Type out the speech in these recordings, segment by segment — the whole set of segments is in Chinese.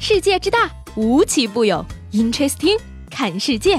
世界之大，无奇不有。Interesting， 看世界。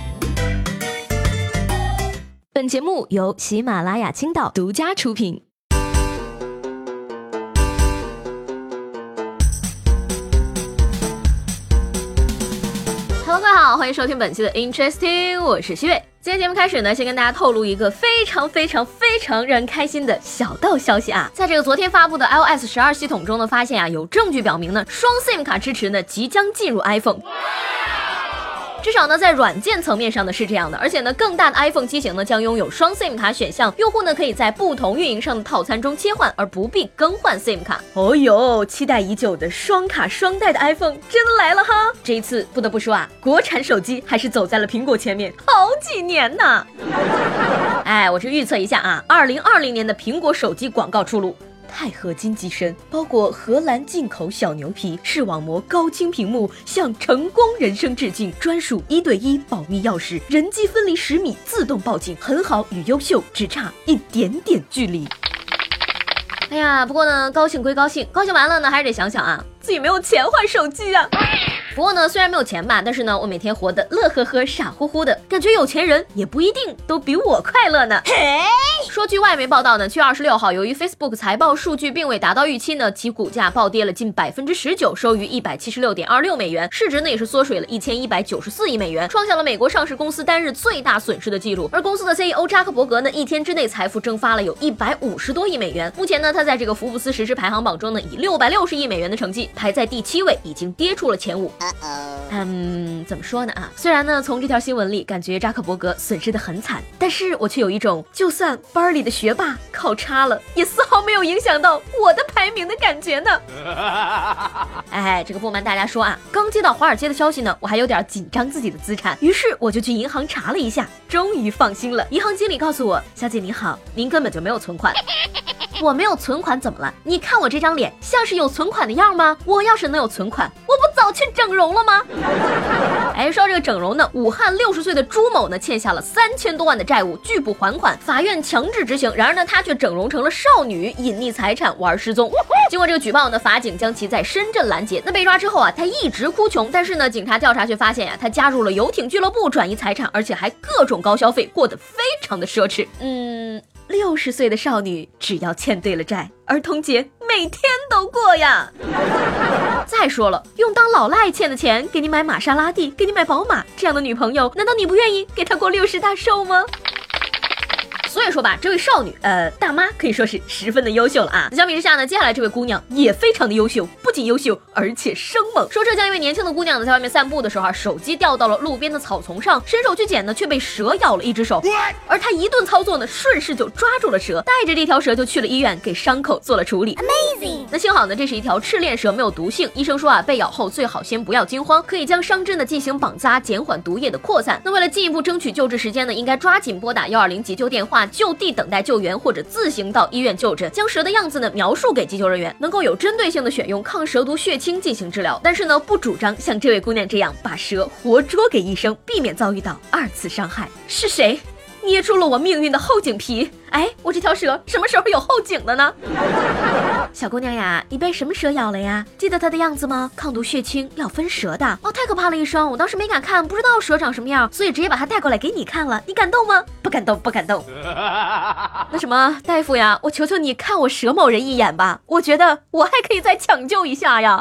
本节目由喜马拉雅青岛独家出品。Hello， 各位好，欢迎收听本期的 Interesting， 我是西贝。今天节目开始呢，先跟大家透露一个非常让人开心的小道消息啊！在这个昨天发布的 iOS 12系统中呢，发现啊有证据表明呢，双 SIM 卡支持呢即将进入 iPhone。至少呢，在软件层面上呢是这样的，而且呢，更大的 iPhone 机型呢将拥有双 SIM 卡选项，用户呢可以在不同运营商的套餐中切换，而不必更换 SIM 卡。哦哟，期待已久的双卡双待的 iPhone 真的来了哈！这一次不得不说啊，国产手机还是走在了苹果前面好几年呢。哎，我这预测一下啊，2020年的苹果手机广告出炉。钛合金机身，包裹荷兰进口小牛皮，视网膜高清屏幕，向成功人生致敬，专属1对1保密钥匙，人机分离10米自动报警，很好与优秀只差一点点距离。哎呀，不过呢，高兴归高兴，高兴完了呢，还是得想想啊，自己没有钱换手机啊。不过呢，虽然没有钱吧，但是呢，我每天活得乐呵呵、傻乎乎的，感觉有钱人也不一定都比我快乐呢。说据外媒报道呢，7月26号，由于 Facebook 财报数据并未达到预期呢，其股价暴跌了近19%，收于176.26美元，市值呢也是缩水了1194亿美元，创下了美国上市公司单日最大损失的记录。而公司的 CEO 扎克伯格呢，一天之内财富蒸发了有150多亿美元。目前呢，他在这个福布斯实时排行榜中呢，以660亿美元的成绩排在第7位，已经跌出了前5。怎么说呢啊？虽然呢，从这条新闻里感觉扎克伯格损失得很惨，但是我却有一种就算班里的学霸考差了，也丝毫没有影响到我的排名的感觉呢。哎，这个不瞒大家说啊，刚接到华尔街的消息呢，我还有点紧张自己的资产，于是我就去银行查了一下，终于放心了。银行经理告诉我，小姐你好，您根本就没有存款。我没有存款怎么了？你看我这张脸像是有存款的样吗？我要是能有存款，我不早去整容了吗？哎，说到这个整容呢，武汉60岁的朱某呢欠下了3000多万的债务，拒不还款，法院强制执行。然而呢，他却整容成了少女，隐匿财产，玩失踪。经过这个举报呢，法警将其在深圳拦截。那被抓之后啊，他一直哭穷，但是呢，警察调查却发现呀，他加入了游艇俱乐部，转移财产，而且还各种高消费，过得非常的奢侈。60岁的少女只要欠对了债，儿童节每天都过呀。再说了，用当老赖欠的钱给你买玛莎拉蒂，给你买宝马，这样的女朋友，难道你不愿意给她过60大寿吗？所以说吧，这位少女大妈可以说是十分的优秀了啊。相比之下呢，接下来这位姑娘也非常的优秀，不仅优秀而且生猛。说浙江一位年轻的姑娘呢，在外面散步的时候啊，手机掉到了路边的草丛上，伸手去捡呢，却被蛇咬了一只手。而她一顿操作呢，顺势就抓住了蛇，带着这条蛇就去了医院，给伤口做了处理。Amazing！ 那幸好呢，这是一条赤链蛇，没有毒性。医生说啊，被咬后最好先不要惊慌，可以将伤针呢进行绑扎，减缓毒液的扩散。那为了进一步争取救治时间呢，应该抓紧拨打120急救电话，就地等待救援，或者自行到医院就诊，将蛇的样子呢描述给急救人员，能够有针对性的选用抗蛇毒血清进行治疗。但是呢，不主张像这位姑娘这样把蛇活捉给医生，避免遭遇到2次伤害。是谁捏住了我命运的后颈皮？哎，我这条蛇什么时候有后颈了呢？小姑娘呀，你被什么蛇咬了呀？记得它的样子吗？抗毒血清要分蛇的哦，太可怕了！医生，我当时没敢看，不知道蛇长什么样，所以直接把它带过来给你看了。你感动吗？不感动，不感动。那什么，大夫呀，我求求你看我蛇某人一眼吧，我觉得我还可以再抢救一下呀。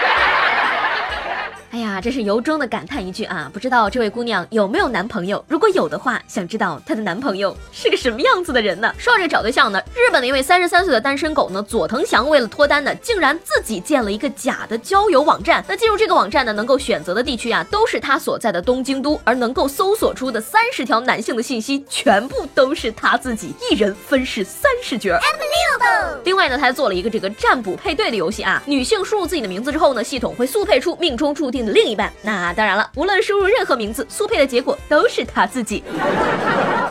哎呀，真是由衷的感叹一句啊！不知道这位姑娘有没有男朋友？如果有的话，想知道她的男朋友是个什么样子的人呢？说到这找对象呢，日本的一位33岁的单身狗呢，佐藤翔为了脱单呢，竟然自己建了一个假的交友网站。那进入这个网站呢，能够选择的地区啊，都是他所在的东京都，而能够搜索出的30条男性的信息，全部都是他自己，一人分饰30角。另外呢，他还做了一个这个占卜配对的游戏啊，女性输入自己的名字之后呢，系统会速配出命中注定的另一半。那当然了，无论输入任何名字，速配的结果都是他自己。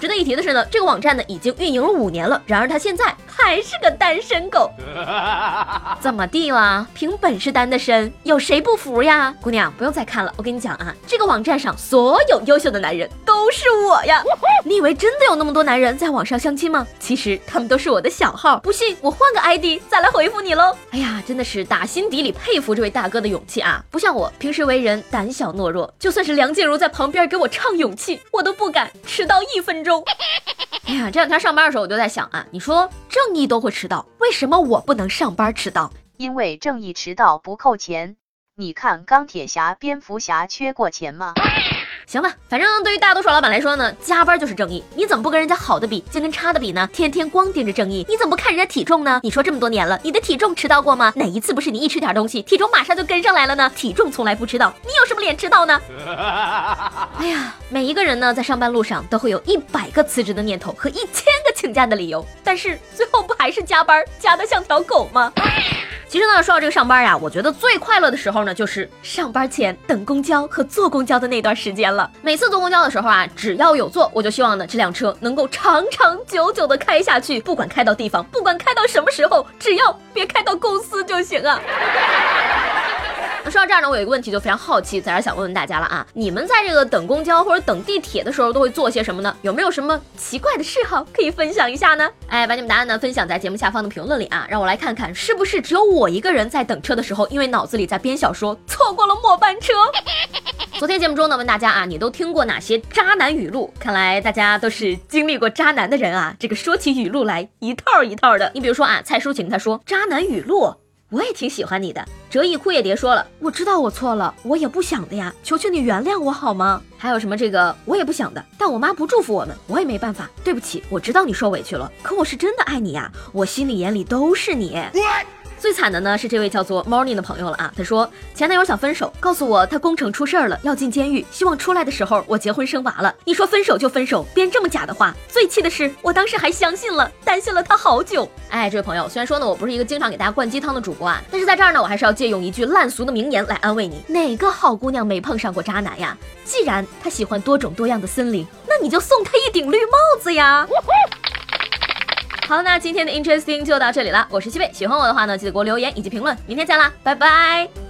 值得一提的是呢，这个网站呢已经运营了5年了，然而他现在还是个单身狗。怎么地啦？凭本事单的身，有谁不服呀？姑娘不用再看了，我跟你讲啊，这个网站上所有优秀的男人都是我呀。你以为真的有那么多男人在网上相亲吗？其实他们都是我的小号，不信我换个 ID 再来回复你喽。哎呀，真的是打心底里佩服这位大哥的勇气啊！不像我平时为人胆小懦弱，就算是梁静茹在旁边给我唱勇气，我都不敢迟到1分钟。哎呀，这两天上班的时候我就在想啊，你说正义都会迟到，为什么我不能上班迟到？ 因为正义迟到不扣钱。你看钢铁侠、蝙蝠侠缺过钱吗？ 行吧，反正对于大多数老板来说呢，加班就是正义。你怎么不跟人家好的比，就跟差的比呢？天天光盯着正义，你怎么不看人家体重呢？你说这么多年了，你的体重迟到过吗？哪一次不是你一吃点东西，体重马上就跟上来了呢？体重从来不迟到，你有什么脸迟到呢？哎呀，每一个人呢，在上班路上都会有100个辞职的念头和1000个请假的理由，但是最后不还是加班，加得像条狗吗？其实呢，说到这个上班呀，我觉得最快乐的时候呢，就是上班前等公交和坐公交的那段时间了。每次坐公交的时候啊，只要有座，我就希望呢这辆车能够长长久久的开下去，不管开到地方，不管开到什么时候，只要别开到公司就行啊。那说到这儿呢，我有一个问题就非常好奇，在这想问问大家了啊，你们在这个等公交或者等地铁的时候都会做些什么呢？有没有什么奇怪的嗜好可以分享一下呢？哎，把你们答案呢分享在节目下方的评论里啊，让我来看看是不是只有我一个人在等车的时候，因为脑子里在编小说，错过了末班车。昨天节目中呢，问大家啊，你都听过哪些渣男语录？看来大家都是经历过渣男的人啊。这个说起语录来一套一套的。你比如说啊，蔡淑琴她说渣男语录，我也挺喜欢你的。折翼枯叶蝶说了，我知道我错了，我也不想的呀，求求你原谅我好吗？还有什么这个我也不想的，但我妈不祝福我们，我也没办法，对不起，我知道你受委屈了，可我是真的爱你呀，我心里眼里都是你。最惨的呢是这位叫做 Morning 的朋友了啊，他说前男友想分手，告诉我他工程出事了，要进监狱，希望出来的时候我结婚生娃了。你说分手就分手，编这么假的话，最气的是我当时还相信了，担心了他好久。哎，这位朋友，虽然说呢我不是一个经常给大家灌鸡汤的主播啊，但是在这儿呢我还是要借用一句烂俗的名言来安慰你，哪个好姑娘没碰上过渣男呀？既然他喜欢多种多样的森林，那你就送他一顶绿帽子呀。好，那今天的 Interesting 就到这里了，我是西贝，喜欢我的话呢，记得给我留言以及评论，明天见啦，拜拜。